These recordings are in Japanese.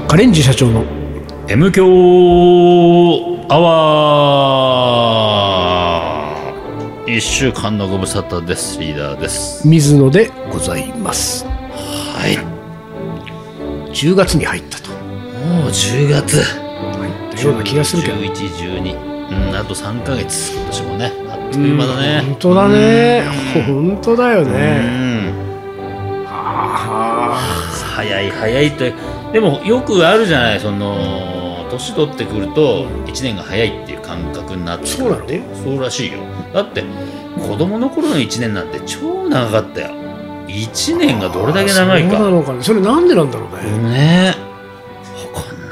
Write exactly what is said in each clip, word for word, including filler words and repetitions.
カレンジ社長の M 強アワー。いっしゅうかんのご無沙汰です。リーダーです。 水野でございます。 はい、 じゅうがつに入ったと。 もうじゅうがつ入ったような気がするけど、 じゅういち、じゅうに、うん、あとさんかげつ、今年もね、あっという間だね。 本当だね、本当だよね。 うんはあ、 早い早いと。でもよくあるじゃない、その年取ってくるといちねんが早いっていう感覚になってくるっていう。そうなの？そうらしいよ。だって子供の頃のいちねんなんて超長かったよ。いちねんがどれだけ長いか。 そうなのかね。それなんでなんだろうね。 ねえ、分かんない。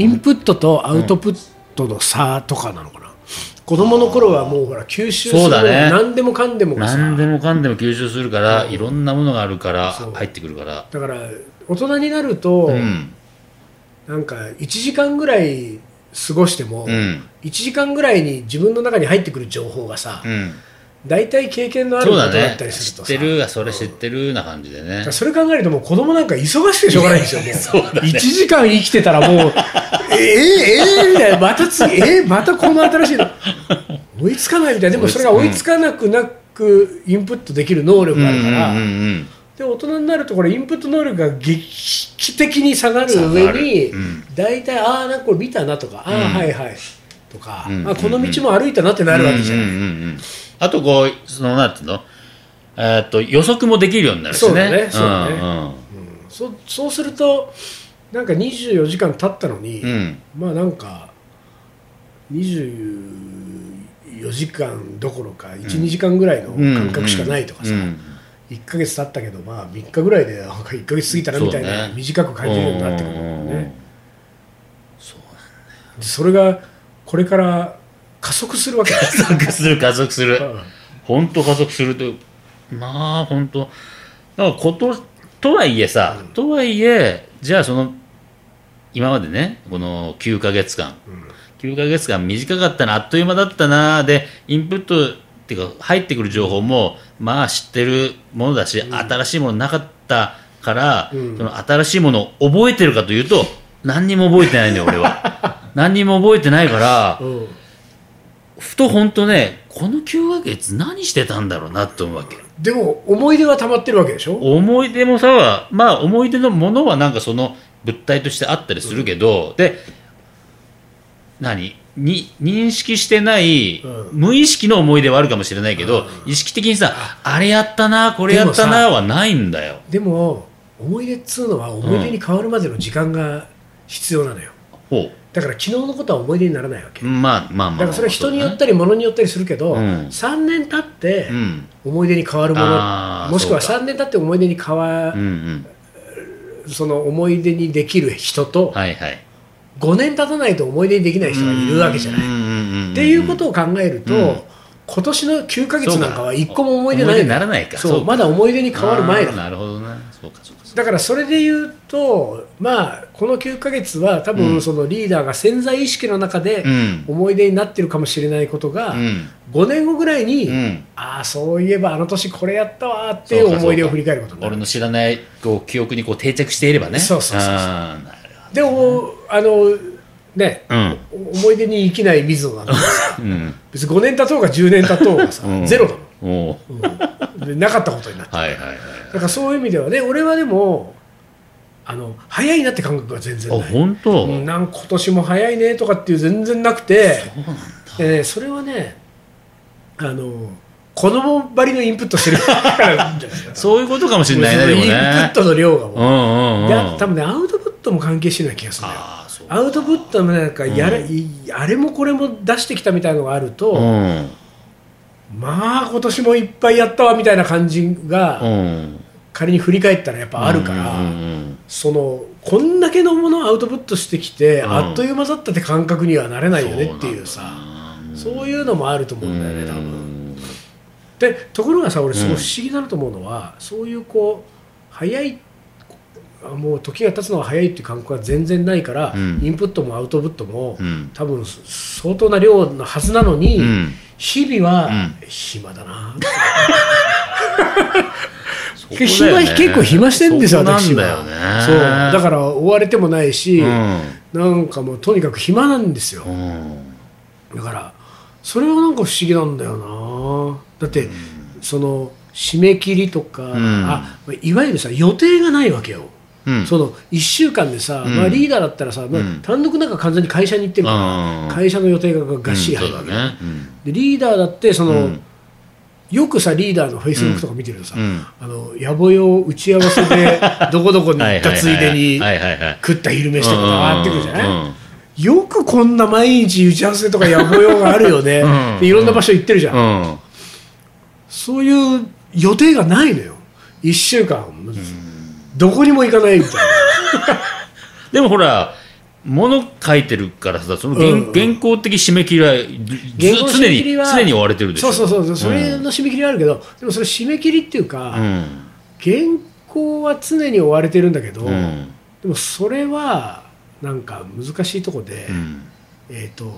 インプットとアウトプットの差とかなのかな、うん、子供の頃はもうほら吸収するもの、ね、何でもかんでもがさ、 何でもかんでも吸収するから、うん、いろんなものがあるから入ってくるから。 だから大人になると、うん、なんかいちじかんぐらい過ごしても、うん、いちじかんぐらいに自分の中に入ってくる情報がさ、うん、大体経験のあることだったりするとさ、 そうだね、知ってる、それ知ってるな感じでね。 それ考えるともう子供なんか忙しくてしょうがないんですよ。もうそうだね、いちじかん生きてたらもうえー、えー、みたいな、また次えー、またこの新しいの追いつかないみたいな。でもそれが追いつかなくなくインプットできる能力があるから、うんうんうんうん、で大人になるとこれインプット能力が劇的に下がる上に、うん、大体ああなんかこれ見たなとか、うん、ああはいはいとか、うんうんうん、あこの道も歩いたなってなるわけじゃない、うんうんうんうん、 あとこうそのなんていうの、えー、っと予測もできるようになるしね。 そうだね、そうだね、うんうんうん、そ, そうするとなんかにじゅうよじかん経ったのに、うん、まあなんかにじゅうよじかんどころかいち、うん、にじかんぐらいの感覚しかないとかさ、うんうんうん、いっかげつ経ったけど、まあ、みっかぐらいでいっかげつ過ぎたなみたいな、ね、短く感じるようになってくるんだよね。 そうなんだよ。 それがこれから加速するわけだ。 加速する加速する本当加速すると、まあ本当だからこととはいえさ、うん、とはいえじゃあその今までねこのきゅうかげつかん、うん、きゅうかげつかん短かったな、あっという間だったな、でインプットっていうか入ってくる情報もまあ知ってるものだし、うん、新しいものなかったから、うん、その新しいものを覚えてるかというと何にも覚えてないんだよ俺は何にも覚えてないから、うん、ふと本当ねこのきゅうかげつ何してたんだろうなって思うわけ。 でも思い出は溜まってるわけでしょ。 思い出もさ、まあ思い出のものはなんかその物体としてあったりするけど、うん、で何に認識してない、うん、無意識の思い出はあるかもしれないけど、うん、意識的にさ あ, あれやったなこれやったなはないんだよ。 でも思い出っつうのは思い出に変わるまでの時間が必要なのよ、うん、だから昨日のことは思い出にならないわけ、 まあまあまあ、 だからそれは人によったり物によったりするけど、うん、さんねん経って思い出に変わるもの、うん、もしくはさんねん経って思い出に変わる、うんうん、その思い出にできる人と、はいはい、ごねん経たないと思い出にできない人がいるわけじゃない、っていうことを考えると、うん、今年のきゅうかげつなんかはいっこも思い出ない、 思い出にならないか。 そう、まだ思い出に変わる前だ。 なるほどな。そうかそうか。 だからそれで言うと、まあこのきゅうかげつは多分そのリーダーが潜在意識の中で思い出になってるかもしれないことが、うん、ごねんごぐらいに、うん、ああそういえばあの年これやったわっていう思い出を振り返ることになる。 俺の知らないこう記憶にこう定着していればね。 そうそうそうそう。でもあのね、うん、思い出に生きない水野なんだけど、うん、別にごねん経とうがじゅうねん経とうがさ、うん、ゼロだもん、うん、でなかったことになって、はいはいはい、だからそういう意味ではね、俺はでもあの早いなって感覚が全然ない。あ、本当？うん、なんか今年も早いねとかっていう全然なくて、そうなんだ、えー、それはねあの子供ばりのインプットしてるからなんじゃないかなそういうことかもしれないね。でもね、インプットの量がもう、うんうんうん、で多分ねアウトプットも関係してるような気がするんだよ。アウトプットもなんかやれ、うん、あれもこれも出してきたみたいなのがあると、うん、まあ今年もいっぱいやったわみたいな感じが、うん、仮に振り返ったらやっぱあるから、うんうんうん、そのこんだけのものをアウトプットしてきて、うん、あっという間だったって感覚にはなれないよねっていうさ、そういうのもあると思うんだよね多分。でところがさ、俺すごい不思議だなと思うのは、うん、そういうこう早いもう時が経つのが早いっていう感覚は全然ないから、うん、インプットもアウトプットも、うん、多分相当な量のはずなのに、うん、日々は、うん、暇だなそこだよね、 暇結構暇してるんですよ、私は。 そこなんだよね。 そうだから追われてもないし、 うん、 なんかもうとにかく暇なんですよ、 うん、 だからそれはなんか不思議なんだよな。だって、うん、その締め切りとか、うん、あいわゆるさ予定がないわけよ、うん、そのいっしゅうかんでさ、うんまあ、リーダーだったらさ、まあ、単独なんか完全に会社に行ってるから、うん、会社の予定ががっしり入るわけ、うんねうん、でリーダーだってその、うんよくさリーダーのフェイスブックとか見てるとさ、うん、あの野暮用打ち合わせでどこどこに行ったついでに食った昼飯とかが上がってくるじゃない、うん、よくこんな毎日打ち合わせとか野暮用があるよね、うん、でいろんな場所行ってるじゃん、うん、そういう予定がないのよいっしゅうかん、うん、どこにも行かないみたいなでもほら物書いてるからさその 原,、うんうん、原稿的締め切りは常に常に追われてるでしょ。 そうそうそうそれの締め切りはあるけど、うん、でもそれ締め切りっていうか、うん、原稿は常に追われてるんだけど、うん、でもそれはなんか難しいとこで、うん、えーと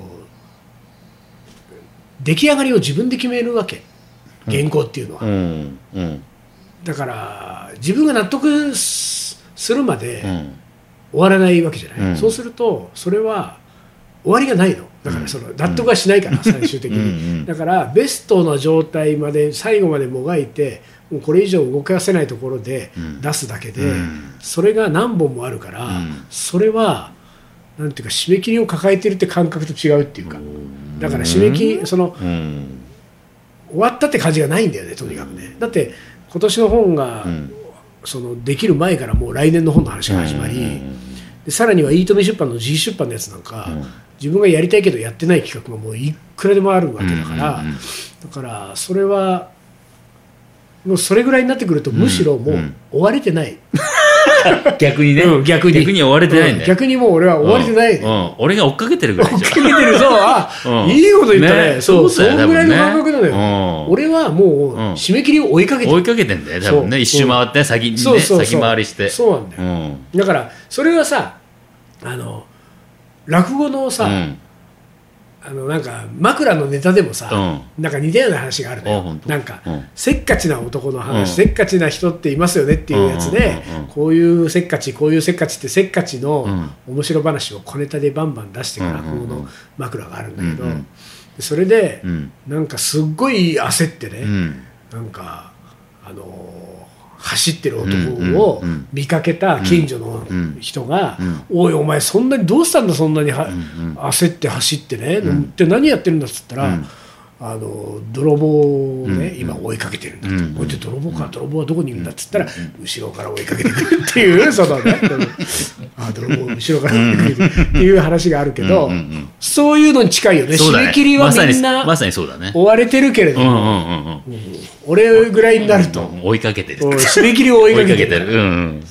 出来上がりを自分で決めるわけ原稿っていうのは、うんうん、だから自分が納得するまで、うん終わらないわけじゃない、うん、そうするとそれは終わりがないのだからその納得はしないから、うん、最終的にうん、だからベストな状態まで最後までもがいてもうこれ以上動かせないところで出すだけで、うん、それが何本もあるから、うん、それはなんていうか締め切りを抱えてるって感覚と違うっていうかだから締め切りその、うん、終わったって感じがないんだよねとにかくねだって今年の本が、うんそのできる前からもう来年の本の話が始まり、うん、でさらにはいいとめ出版の自費出版のやつなんか、うん、自分がやりたいけどやってない企画がもういくらでもあるわけだから、うんうんうん、だからそれはもうそれぐらいになってくるとむしろもう追われてない、 うん、逆にね、うん、逆に逆に追われてないんだよ、うん、 逆にもう俺は追われてない、ねうんうん、俺が追っかけてるぐらい追っかけてるそうあ、うん、いいこと言ったね、ねそうそのぐらいの感覚なのよ、ね、俺はもう締め切りを追いかけてる、 追いかけてんだよ多分ね一周回って、ね、先にねそうそうそう先回りしてそうなんだよ、うん、だからそれはさあの落語のさ、うんあのなんか枕のネタでもさ、うん、なんか似たような話があるのよなんか、うん、せっかちな男の話、うん、せっかちな人っていますよねっていうやつで、うんうんうん、こういうせっかちこういうせっかちってせっかちの面白話を小ネタでバンバン出してから落語の枕があるんだけど、うんうん、それで、うん、なんかすっごい焦ってね、うん、なんかあのー走ってる男を見かけた近所の人が「おいお前そんなにどうしたんだそんなには焦って走ってね」って何やってるんだっつったらあの泥棒をね今追いかけてるんだとこうやって泥棒か泥棒はどこにいるんだっつったら後ろから追いかけてくるっていうそのねあ泥棒後ろから追いかけてくるっていう話があるけどそういうのに近いよね締め切りはみんな追われてるけれども俺ぐらいになると追いかけてる締め切りを追いかけてる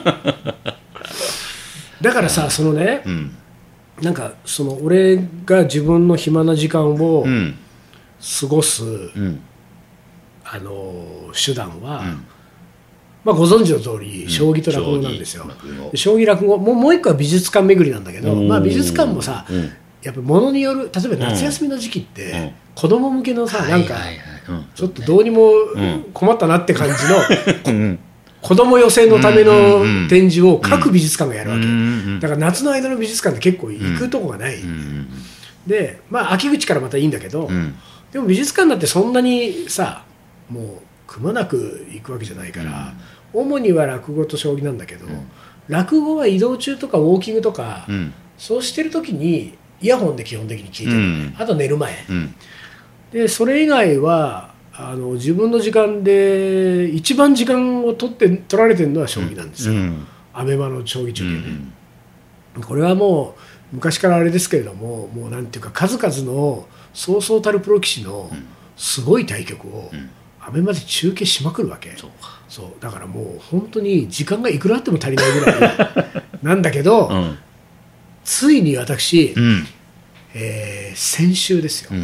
だからさそのねなんかその俺が自分の暇な時間を過ごす、うん、あの手段は、うんまあ、ご存知の通り将棋と落語なんですよ、うん、将棋落語もう、もう一個は美術館巡りなんだけど、まあ、美術館もさ、うん、やっぱ物による例えば夏休みの時期って、うん、子供向けのさ、うん、なんか、はいはいはいうん、ちょっとどうにも困ったなって感じの、うん、子供寄せのための展示を各美術館がやるわけ、うん、だから夏の間の美術館って結構行くとこがない、うん、で、まあ、秋口からまたいいんだけど、うんでも美術館だってそんなにさもうくまなく行くわけじゃないから、うん、主には落語と将棋なんだけど、うん、落語は移動中とかウォーキングとか、うん、そうしてる時にイヤホンで基本的に聞いてる、うん、あと寝る前、うん、でそれ以外はあの自分の時間で一番時間を取って取られてるのは将棋なんですよ、うん、アベマの将棋中継ね、うん、これはもう昔からあれですけれどももうなんていうか数々のそうそうたるプロ棋士のすごい対局をアベマで中継しまくるわけ、うん、そうそうだからもう本当に時間がいくらあっても足りないぐらいなんだけど、うん、ついに私、うんえー、先週ですよ、うん、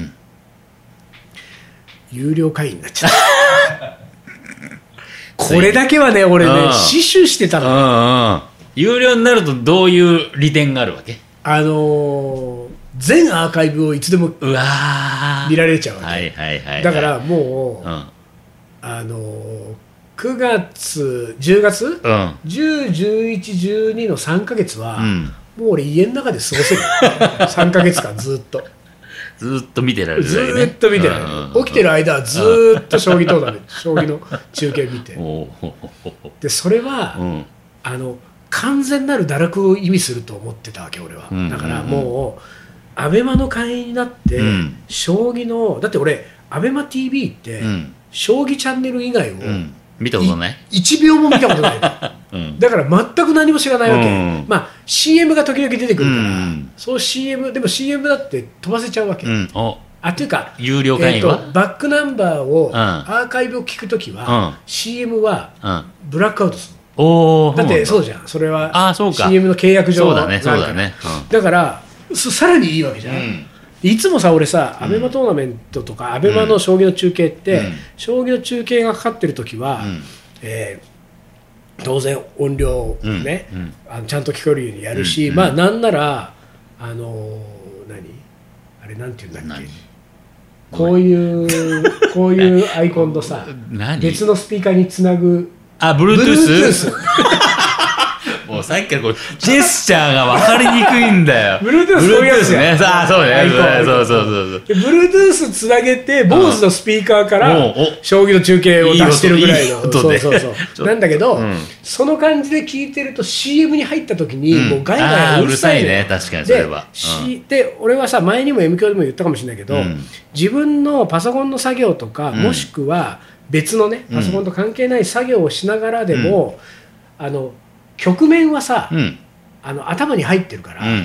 有料会員になっちゃったこれだけはね俺ね死守してたの。 有料になるとどういう利点があるわけ？ あのー全アーカイブをいつでも見られちゃうわけ、はいはいはいはい、だからもう、うん、あのくがつじゅうがつ、 うん、 じゅう、じゅういち、じゅうにのさんかげつは、うん、もう俺家の中で過ごせるさんかげつかんずっとずっと見てられる、ね、 ずっと見てられる、うん、起きてる間はずっと将棋トーナメント将棋の中継見てでそれは、うん、あの完全なる堕落を意味すると思ってたわけ俺は、うんうんうん、だからもうアベマの会員になって、うん、将棋のだって俺アベマ ティービー って、うん、将棋チャンネル以外を、うん見たことないいちびょうも見たことない、うん、だから全く何も知らないわけ、うん、まあ シーエム が時々出てくるから、うん、そう シーエム でも シーエム だって飛ばせちゃうわけ、うん、あというか有料会員は、 えー、バックナンバーを、うん、アーカイブを聞くときは、うん、シーエム はブラックアウトする、 うん、 だってそうじゃんそれはあそうかシーエム の契約上そうだねそうだね、 うん、だからさらにいいわけじゃん、うんいつもさ俺さ、アベマトーナメントとかアベマの将棋の中継って、うん、将棋の中継がかかってるときは、うんえー、当然音量ね、うんうん、あのちゃんと聞こえるようにやるし、うんうん、まあなんならあのー、何あれなんていうんだっけこういうこういうアイコンのさ別のスピーカーにつなぐあ Bluetooth もうさっきからこうジェスチャーが分かりにくいんだよ。 Bluetooth そういうやつね。さあそうね。そうそうそうそう。 Bluetooth つなげて坊主のスピーカーから将棋の中継を出してるぐらいの。そうそうそう。なんだけど、うん、その感じで聞いてると シーエム に入った時にもうガヤガヤうるさい、ね。 うるさいね確かにそれは。 で、うん、で俺はさ前にも エム 教でも言ったかもしれないけど、うん、自分のパソコンの作業とか、うん、もしくは別のねパソコンと関係ない作業をしながらでも、うん、あの局面はさ、うん、あの頭に入ってるから、うんうんうん、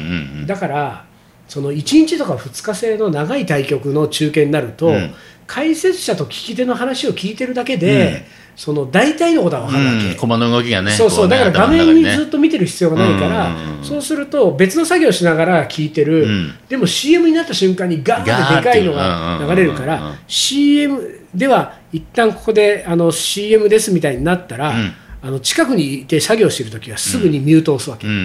だからそのいちにちとかふつか制の長い対局の中継になると、うん、解説者と聞き手の話を聞いてるだけで、うん、その大体のことは分かるわけ、 うん、駒の動きがねそうそう、ね、だから画面にずっと見てる必要がないから、うんうん、そうすると別の作業しながら聞いてる、うん、でも シーエム になった瞬間にガーッてでかいのが流れるから、シーエム では一旦ここであの シーエム ですみたいになったら、うんあの近くにいて作業してるときはすぐにミュートを押すわけ、うん、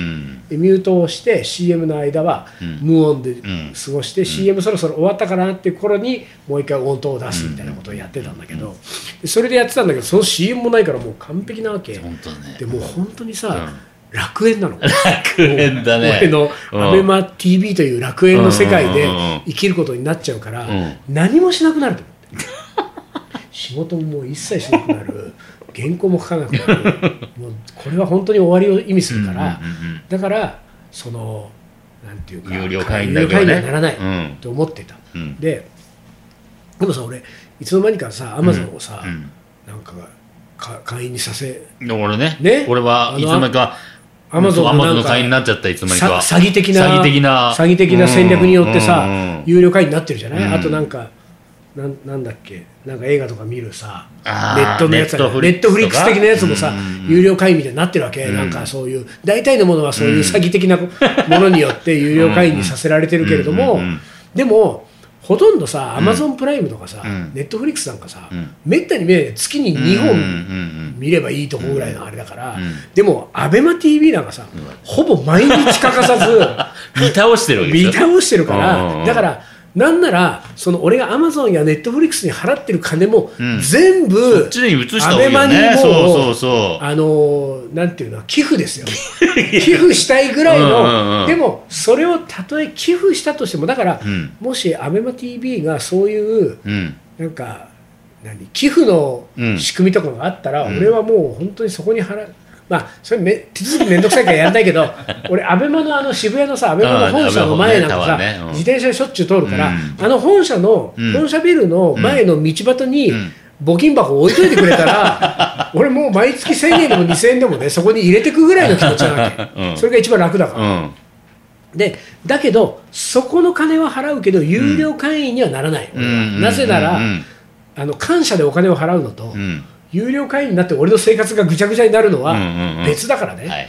でミュートをして シーエム の間は無音で過ごして、うん、シーエム そろそろ終わったかなっていう頃にもう一回音頭を出すみたいなことをやってたんだけど、でそれでやってたんだけどその シーエム もないからもう完璧なわけ、 本当ね、 でもう本当にさ、うん、楽園なの楽園だね俺のアベマ ティービー という楽園の世界で生きることになっちゃうから、うん、何もしなくなると思って仕事ももう一切しなくなる原稿も書かなくなるもうこれは本当に終わりを意味するから、うんうんうんうん、だからそのなんていうか有料会員だけど、ね、有料会員にはならない、うん、と思ってた、うん、ででもさ俺いつの間にかさアマゾンをさ、うん、なんかか会員にさせ俺ねね俺はいつの間にかアマゾンの会員になっちゃったいつの間にか詐欺的な詐欺的な詐欺的な戦略によってさ、うんうんうん、有料会員になってるじゃない、うん、あとなんかな ん, なんだっけなんか映画とか見るさネットのやつネットフリックス的なやつもさ、うん、有料会員みたいになってるわけ、うん、なんかそういう大体のものはそういう詐欺的なものによって有料会員にさせられてるけれども、うんうんうん、でもほとんどさアマゾンプライムとかさ、うん、ネットフリックスなんかさ、うん、めったに見ない月ににほん見ればいいとこぐらいのあれだから、うんうん、でもアベマ ティービー なんかさ、うん、ほぼ毎日欠かさず見倒してるわけですよ見倒してるからだからなんならその俺がアマゾンやネットフリックスに払ってる金も全部、うん、そっちに移した方がいいよね。アベマにもそうそうそうあのなんていうの寄付ですよ寄付したいぐらいのうんうん、うん、でもそれをたとえ寄付したとしてもだから、うん、もしアベマ ティービー がそういう、うん、なんか何寄付の仕組みとかがあったら、うん、俺はもう本当にそこに払うまあ、それめ手続きめんどくさいからやらないけど俺アベマのあの渋谷のさアベマの本社の前なんかさ、ねうん、自転車でしょっちゅう通るから、うん、あの本社の、うん、本社ビルの前の道端に、うん、募金箱を置いといてくれたら、うん、俺もう毎月せんえんでもにせんえんでもねそこに入れてくぐらいの気持ちなわけ、うん、それが一番楽だから、うん、でだけどそこの金は払うけど有料会員にはならない、うん、俺はなぜなら、うん、あの感謝でお金を払うのと、うん有料会員になって俺の生活がぐちゃぐちゃになるのは別だからね、うんうんうんはいはいはい、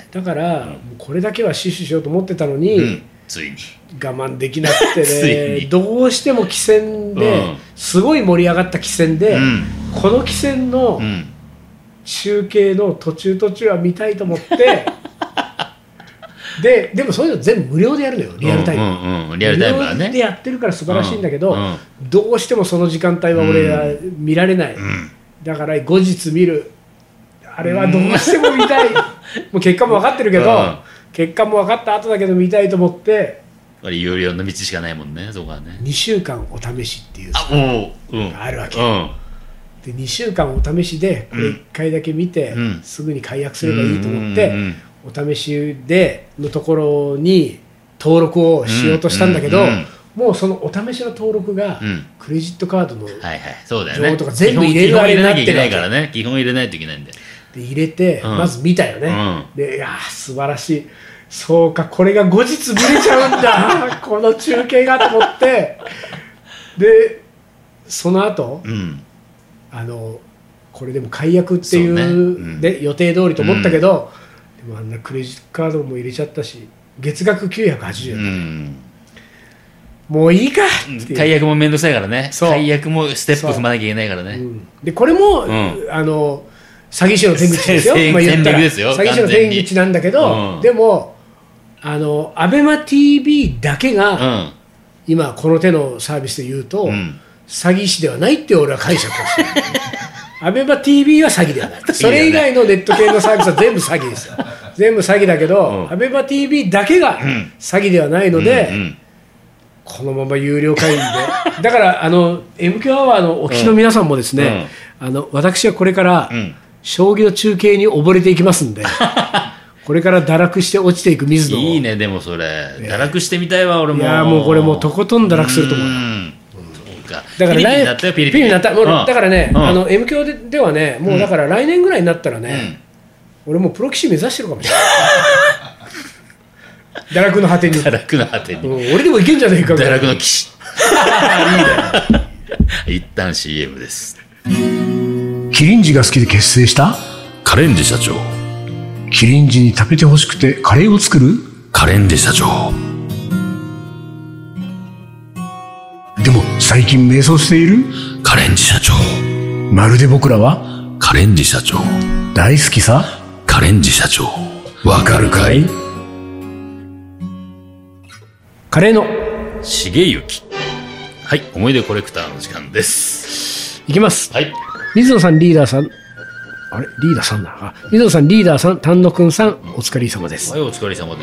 だから、うん、もうこれだけは死守しようと思ってたのに、うん、 ついに我慢できなくてねどうしても棋戦で、うん、すごい盛り上がった棋戦で、うん、この棋戦の中継の途中途中は見たいと思ってで, でもそういうの全部無料でやるのよリアルタイム、うんうんうん、リアルタイムはね無料でやってるから素晴らしいんだけど、うんうん、どうしてもその時間帯は俺は見られない、うんだから後日見る、あれはどうしても見たいもう結果も分かってるけど、うん、結果も分かった後だけど見たいと思って有料の道しかないもんね、そこはね。 にしゅうかんお試しっていうあ、おう、うん、 あるわけ、 うん、 でにしゅうかんお試しでこれいっかいだけ見て、うん、すぐに解約すればいいと思って、うんうんうん、お試しでのところに登録をしようとしたんだけど、うんうんうん、もうそのお試しの登録がクレジットカードの情報とか全部入れるあれになってるわけ、 基本入れなきゃいけないからね、基本入れないといけないんで、 で入れて、うん、まず見たよね、うん、でいや素晴らしい、そうかこれが後日見れちゃうんだこの中継がと思って、でその後、うん、あのこれでも解約っていう、ね、うん、で予定通りと思ったけど、うん、でもあんなクレジットカードも入れちゃったし月額きゅうひゃくはちじゅうえん、うん、もういいかって解約もめんどくさいからね、解約もステップ踏まなきゃいけないからね、うん、 でこれも、うん、あの詐欺師の手口ですよ、まあ、言ったら詐欺師の手口なんだけど、うん、でもあのアベマ ティービー だけが、うん、今この手のサービスで言うと、うん、詐欺師ではないって俺は解釈をしてるアベマ ティービー は詐欺ではない、それ以外のネット系のサービスは全部詐欺ですよ全部詐欺だけど、うん、アベマ ティービー だけが詐欺ではないので、うんうん、このまま有料会員でだからあの エムキュー アワーのお聞きの皆さんもですね、うん、あの私はこれから、うん、将棋の中継に溺れていきますんでこれから堕落して落ちていく水野いいね、でもそれ、えー、堕落してみたいわ俺も。 いやもうこれもうとことん堕落すると思うよ。うんだからピリピリになったよ、ピリピリになった。もうだからね、うん、あの エムキュー で, ではねもうだから来年ぐらいになったらね、うん、俺もうプロ棋士目指してるかもしれない堕落の果てに堕落の果てに、 うん、俺でもいけんじゃねえかみたいな堕落の棋士いいね一旦 シーエム です。 キリンジが好きで結成したカレンジ社長。 キリンジに食べてほしくてカレーを作るカレンジ社長。 でも最近迷走しているカレンジ社長。 まるで僕らはカレンジ社長。 大好きさカレンジ社長。わかるかい。 カレーの重幸。はい、思い出コレクターの時間です。 いきます。 はい。 水野さんリーダーさん、あれリーダーさんだ。あ、水野さんリーダーさん、丹野くんさん、お疲れ様です。 はい、お疲れ様です。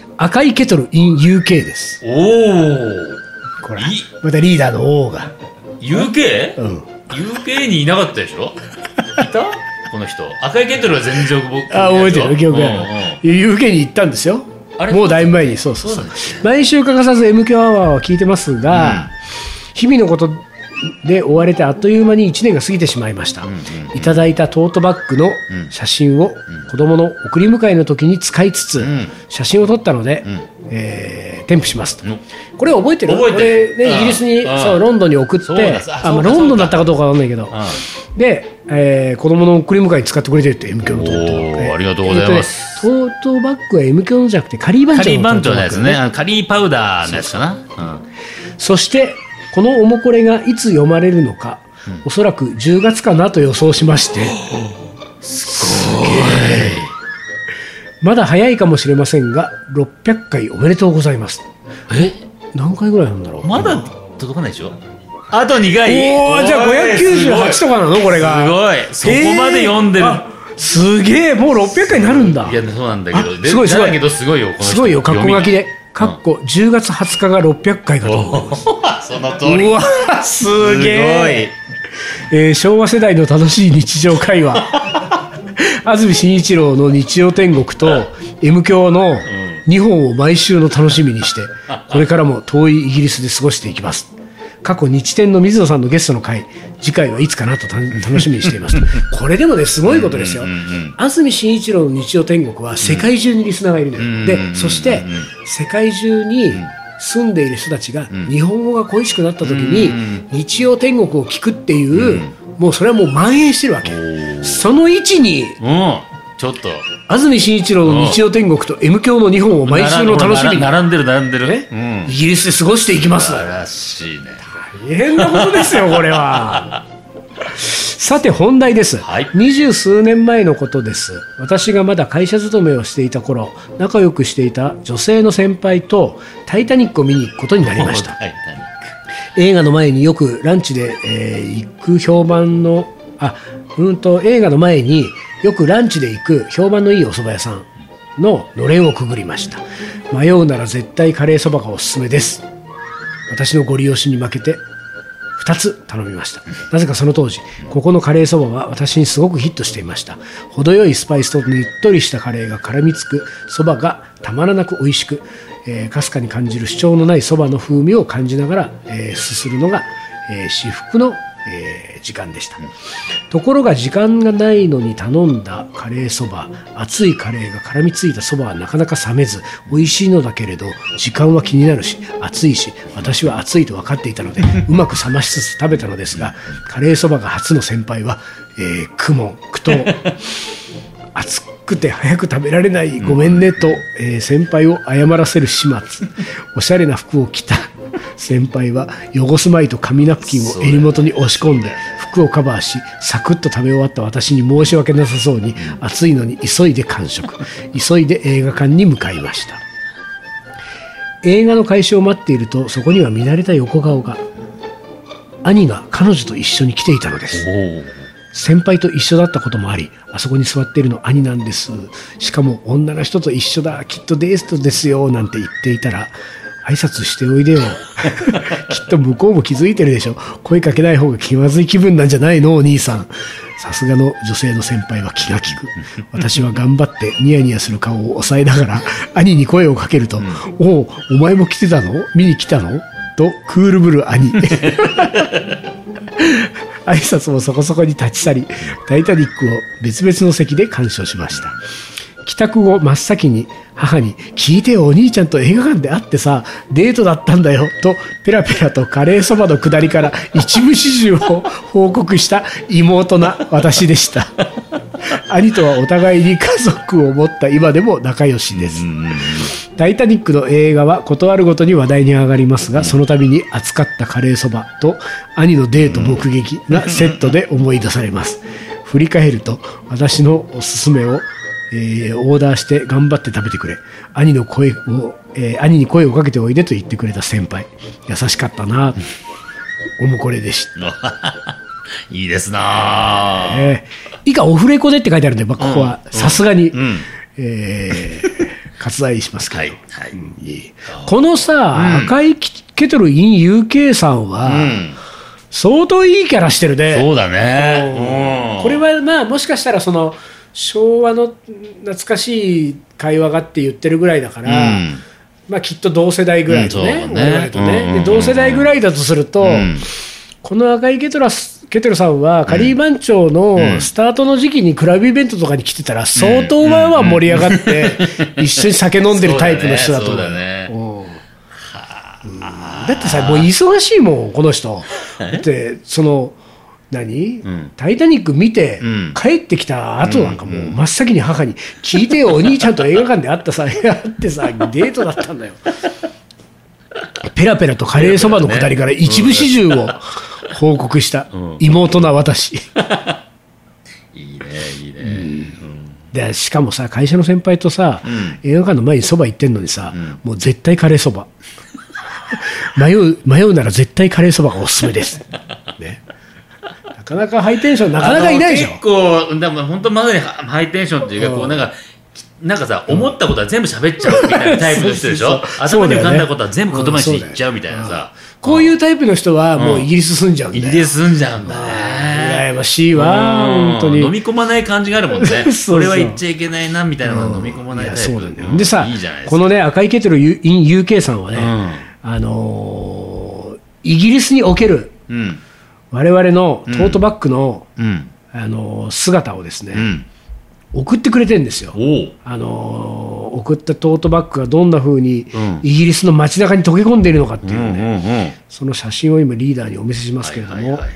赤いケトル in ユーケー です。 おお。 これまたリーダーの王がユーケー？ うん。 ユーケー にいなかったでしょ。いた？この人。赤いケトルは全然僕。 あ、覚えてる記憶がある。ユーケー に行ったんですよ。あれもうだいぶ前に。そうそうそう。毎週欠かさず エムキュー アワーは聞いてますが、うん、日々のことで追われてあっという間にいちねんが過ぎてしまいました、うんうんうん、いただいたトートバッグの写真を子供の送り迎えの時に使いつつ、うん、写真を撮ったので、うんえー、添付しますと、うん、これ覚えてる？ 覚えてる。 これ、ね、イギリスにそうロンドンに送ってあ、まあ、ロンドンだったかどうかわかんないけどで、えー、子供の送り迎えに使ってくれてるって エムキュー のトート、 えー、ありがとうございます、 えーね、トートバッグは エムキュー のじゃなくてカリー番長のカリー番長のやつね。カリーパウダーのやつかな。そうそう、うん、 そしてこのおもこれがいつ読まれるのか、うん、おそらくじゅうがつかなと予想しまして、 すごい。 まだ早いかもしれませんがろっぴゃっかいおめでとうございます。 え何回ぐらいなんだろう。 まだ届かないでしょ。あとにかい。 おお、じゃあごひゃくきゅうじゅうはちとかなのこれが。 すごい。そこまで読んでる、えー、すげえ。もうろっぴゃっかいになるんだ。 いやそうなんだけど、 すごいすごい。 だけどすごいよこの人。 すごいよ。カッコ書きでかっこじゅうがつはつかがろっぴゃっかいかと思います。 その通り。 うわすげえ。えー、昭和世代の楽しい日常会話安住紳一郎の日曜天国と M 響のにほんを毎週の楽しみにしてこれからも遠いイギリスで過ごしていきます。過去日天の水野さんのゲストの回次回はいつかなと楽しみにしていますこれでもねすごいことですよ。安住紳一郎の日曜天国は世界中にリスナーがいるのよ。でそして世界中に住んでいる人たちが日本語が恋しくなった時に日曜天国を聞くっていうもうそれはもう蔓延してるわけ。その位置にちょっと安住紳一郎の日曜天国と M 響のにほんを毎週の楽しみに並んでる並んでる、 うん、イギリスで過ごしていきます。 素晴らしいね。 大変なことですよこれはさて本題です、はい、二十数年前のことです。私がまだ会社勤めをしていた頃仲良くしていた女性の先輩とタイタニックを見に行くことになりました。映画の前によくランチで、えー、行く評判のあうんと映画の前によくランチで行く評判のいいお蕎麦屋さんののれんをくぐりました。迷うなら絶対カレーそばがおすすめです。私のご利用しに負けてふたつ頼みました。なぜかその当時ここのカレーそばは私にすごくヒットしていました。程よいスパイスとねっとりしたカレーが絡みつくそばがたまらなく美味しく、えー、かすかに感じる主張のないそばの風味を感じながら、えー、すするのが、えー、至福の、えー時間でした。ところが時間がないのに頼んだカレーそば、熱いカレーが絡みついたそばはなかなか冷めず美味しいのだけれど時間は気になるし熱いし私は熱いと分かっていたのでうまく冷ましつつ食べたのですが、カレーそばが初の先輩は、えー、苦悶苦闘熱くて早く食べられないごめんねと、えー、先輩を謝らせる始末。おしゃれな服を着た先輩は汚すまいと紙ナプキンを襟元に押し込んで服をカバーしサクッと食べ終わった私に申し訳なさそうに暑いのに急いで完食、急いで映画館に向かいました。映画の開始を待っているとそこには見慣れた横顔が。兄が彼女と一緒に来ていたのです。先輩と一緒だったこともあり、あそこに座っているの兄なんです。しかも女の人と一緒だ、きっとデートですよなんて言っていたら、挨拶しておいでよきっと向こうも気づいてるでしょ。声かけない方が気まずい気分なんじゃないのお兄さん。さすがの女性の先輩は気が利く。私は頑張ってニヤニヤする顔を抑えながら兄に声をかけると、うん、おうお前も来てたの、見に来たのとクールブル兄挨拶もそこそこに立ち去り、タイタニックを別々の席で鑑賞しました。帰宅後真っ先に母に聞いてよ、お兄ちゃんと映画館で会ってさデートだったんだよとペラペラとカレーそばの下りから一部始終を報告した妹な私でした兄とはお互いに家族を持った今でも仲良しです。タイタニックの映画はことあるごとに話題に上がりますが、その度に熱かったカレーそばと兄のデート目撃がセットで思い出されます。振り返ると私のおすすめをえー、オーダーして頑張って食べてくれ、兄の声を、えー、兄に声をかけておいでと言ってくれた先輩、優しかったなおもこれでしたいいですな、 えー、以下オフレコでって書いてあるんで、まあ、ここはさすがに、うんうんえー、割愛しますけど、はいはいうん、いいこのさ、うん、赤いケトル in ユーケー さんは、うん相当いいキャラしてるね。 そうだね、 うん、これはまあもしかしたらその昭和の懐かしい会話がって言ってるぐらいだから、うんまあ、きっと同世代ぐらいとね、うんねとねうんうん、で同世代ぐらいだとすると、うん、この赤いケトラスケトルさんはカリー番長のスタートの時期にクラブイベントとかに来てたら相当まあまあ盛り上がって一緒に酒飲んでるタイプの人だと思う。だってさもう忙しいもんこの人だってその何、うん、タイタニック見て、うん、帰ってきた後なんかもう真っ先に母に聞いてよお兄ちゃんと映画館で会ったさ会ってさデートだったんだよペラペラとカレーそばのくだりから一部始終を報告した妹な私いいねいいね、 うんでしかもさ会社の先輩とさ、うん、映画館の前にそば行ってんのにさ、うん、もう絶対カレーそば迷う迷うなら絶対カレーそばがおすすめです、ね、なかなかハイテンションなかなかいないでしょ。 結構でも本当まさにハイテンションっていうかこうなんかなんかさ思ったことは全部喋っちゃうみたいなタイプの人でしょ。頭に浮かんだことは全部言葉にしていっちゃうみたいなさ、 うん、こういうタイプの人はもうイギリス住んじゃうんだよ、 うん、イギリス住んじゃうんだね。 羨ましいわ本当に。 飲み込まない感じがあるもんねそうそうこれは言っちゃいけないなみたいなのを飲み込まないタイプ、うん、そうなんだよ。 でさいいじゃないですかこのね赤いケトル in ユーケー さんはね、うんあのー、イギリスにおける我々のトートバッグの、うんあのー、姿をですね、うん送ってくれてるんですよ。あのー、送ったトートバッグがどんな風にイギリスの街中に溶け込んでいるのかっていうね、うんうんうん、その写真を今リーダーにお見せしますけれども、はいはいはい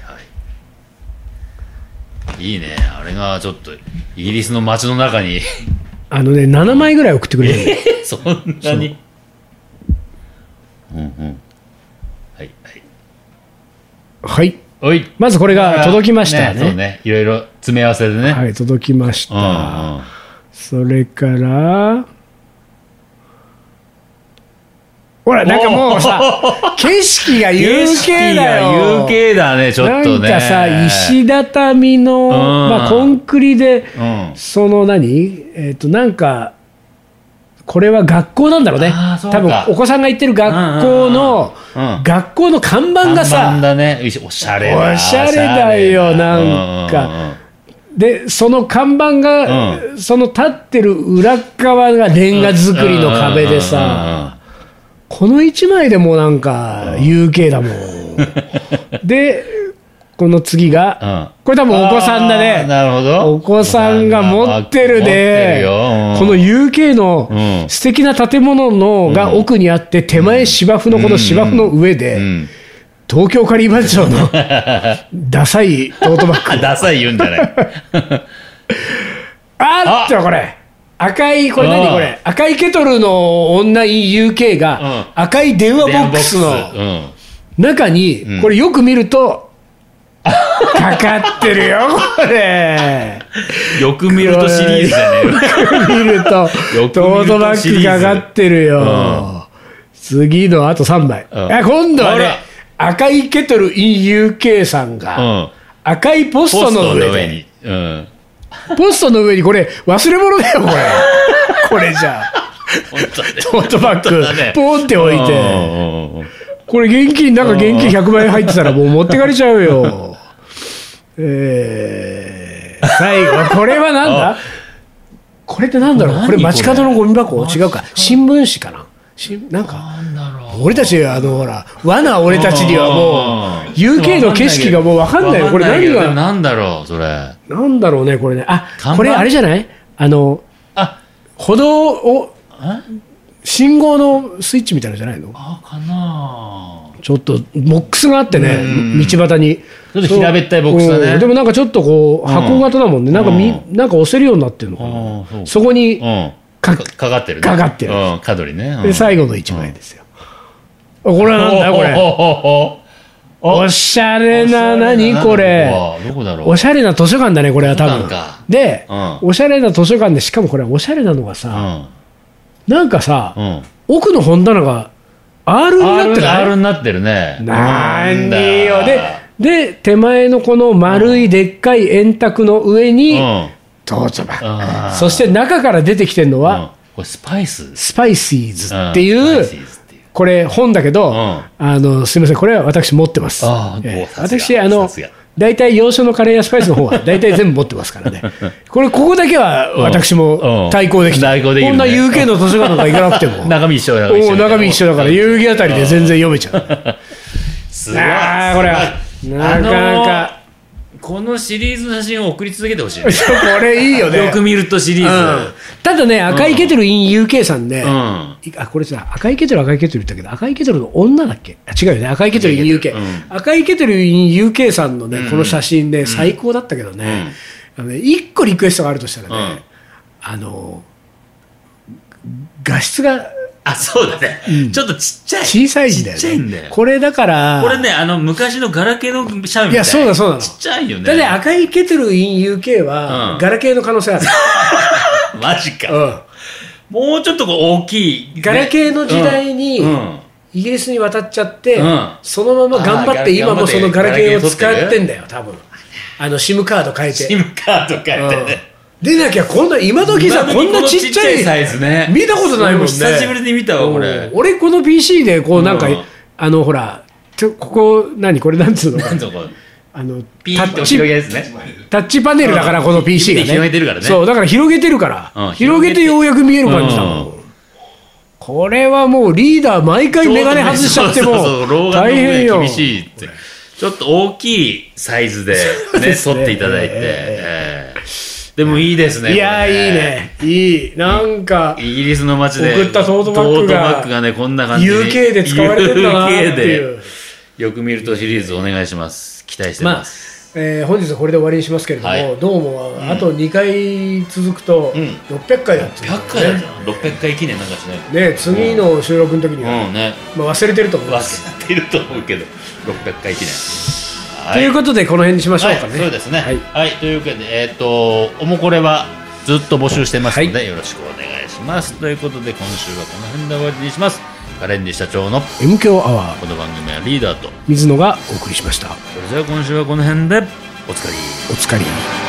はい、いいね。あれがちょっとイギリスの街の中にあのねななまいぐらい送ってくれるんでそんなにうんうんはいはいはいまずこれが届きましたね。 ねそうねいろいろ詰め合わせでね。 はい届きました。うんうん、それからほらなんかもうさ景色が ユーケー だよ。 ユーケー だねちょっとね。 なんかさ石畳の、まあ、コンクリで、うん、その何えっとなんかこれは学校なんだろうね。多分お子さんが行ってる学校の、うんうん、学校の看板がさ看板だね。おしゃれだおしゃれだよなんか、うんうんうん、でその看板が、うん、その立ってる裏側がレンガ造りの壁でさ、うんうんうんうん、この一枚でもなんか ユーケー だもんでこの次が、うん、これ多分お子さんだね。 なるほど。 お子さんが持ってるで、うん、この ユーケー の素敵な建物のが奥にあって、手前芝生のこの芝生の上で、うんうん、東京カリー番長のダサいトートバッグダサい言うんじゃないあっとこれ赤いこれ何これ赤いケトルの女 ユーケー が赤い電話ボックスの中にこれよく見るとかかってるよこれよく見るとシリーズだね。 よく見るとトートバッグかかってるよ、うん、次のあとさんまい、うん、今度はね赤いケトル イン ユーケー さんが赤いポストの上で、うん、ポストの上にこれ忘れ物だよこれこれじゃあトートバッグ、ね、ポンって置いてこれ現金なんか現金ひゃくまんえん入ってたらもう持ってかれちゃうよえー、最後これはなんだこれってなんだろうこれ街角のゴミ箱違うか新聞紙かなしなんか俺たちあのほら罠俺たちにはもう ユーケー の景色がもう分かんないよこれ何がなんだろうそれなんだろうねこれねあこれあれじゃないあのあ歩道を信号のスイッチみたいなのじゃないのあかなちょっとボックスがあってね道端にちょっと平べったいボックスだね、 うん、でもなんかちょっとこう箱型だもんね、うん、なんかみなんか押せるようになってるのかな、うん、そこにか、 うん、か, かかってるねかかってる、 うん、角にね、うん、 で最後のいちまいですよ、うん、これはなんだこれおしゃれな何これどこだろうおしゃれな図書館だねこれは多分で、うん、おしゃれな図書館でしかもこれおしゃれなのがさ、うん、なんかさ、うん、奥の本棚が R になってない R になってるねなんでよでで手前のこの丸いでっかい円卓の上に、うん、トートバッグそして中から出てきてるのは、うん、 これスパイススパイシーズっていう、うん、これ本だけど、うん、あのすみませんこれは私持ってます、えー、私あの大体洋書のカレーやスパイスの方は大体全部持ってますからねこれここだけは私も対抗できて、うんうん、こんな ユーケー の図書館なんか行かなくても中身一緒だから中身一緒だから遊戯あたりで全然読めちゃうすごいあこれはなかなかこのシリーズの写真を送り続けてほしい、ね、 これいいよねよく見るとシリーズ、うん、 ただね赤いケトル イン ユーケー さんね、うん、あこれさ赤いケトル赤いケトル言ったけど赤いケトルの女だっけあ違うよね赤いケトル イン ユーケー、うん、赤いケトル イン ユーケー さんのね、うん、この写真ね、うん、最高だったけどね、うん、あのねいっこリクエストがあるとしたらね、うん、あの画質があそうだね、うん、ちょっとちっちゃい小さいんだよねちっちゃいんだよこれだからこれねあの昔のガラケーのシャウみたいいやそうだそうだちっちゃいよねだって赤いケトル イン ユーケー は、うん、ガラケーの可能性あるマジか、 うん、 もうちょっとこう大きい、 ね、ガラケーの時代に、うんうんイギリスに渡っちゃって、うん、そのまま頑張って今もそのガラケーを使ってんだよ多分あの SIM カード変えて SIM カード変えてね、うんでなきゃこんな今時さこんなちっちゃいサイズね見たことないもんね久しぶりに見たわこれ俺この ピーシー でこうなんか、うん、あのほらここ何これなんつうのなんつうのあのピーッと広げですねタッチパネルだからこの ピーシー がね広げてるからねそうだから広げてるから、うん、広げてようやく見える感じだもん、うん、これはもうリーダー毎回メガネ外しちゃっても大変よ厳しいってちょっと大きいサイズでね撮っていただいて、えーえーでもいいですね。 いや、ね、いいね。いい。なんか、 イギリスの街で送ったトートバッグが、 トートバッグがね、こんな感じで。 ユーケー で使われてるんだなっていう。 ユーケー で。よく見るとシリーズお願いします。期待してます。 まあえー、本日はこれで終わりにしますけれども、はい、どうも、うん、あとにかい続くと、ろっぴゃっかいだって、ね。 ろっぴゃっかいだじゃん。ろっぴゃっかい記念なんかしないね。次の収録の時には、 うんねまあ、忘れてると思います忘れてると思うけど、ろっぴゃっかい記念。 はい、ということで、この辺にしましょうかね。 はい、そうですね。はい。はい、というわけで、えっ、ー、と、おもこれは、ずっと募集してますので、はい、よろしくお願いします。ということで今週はこの辺で終わりにします。 カレンジ社長の M 強アワー、 この番組はリーダーと水野がお送りしました。 それじゃあ今週はこの辺でおつかりおつかり。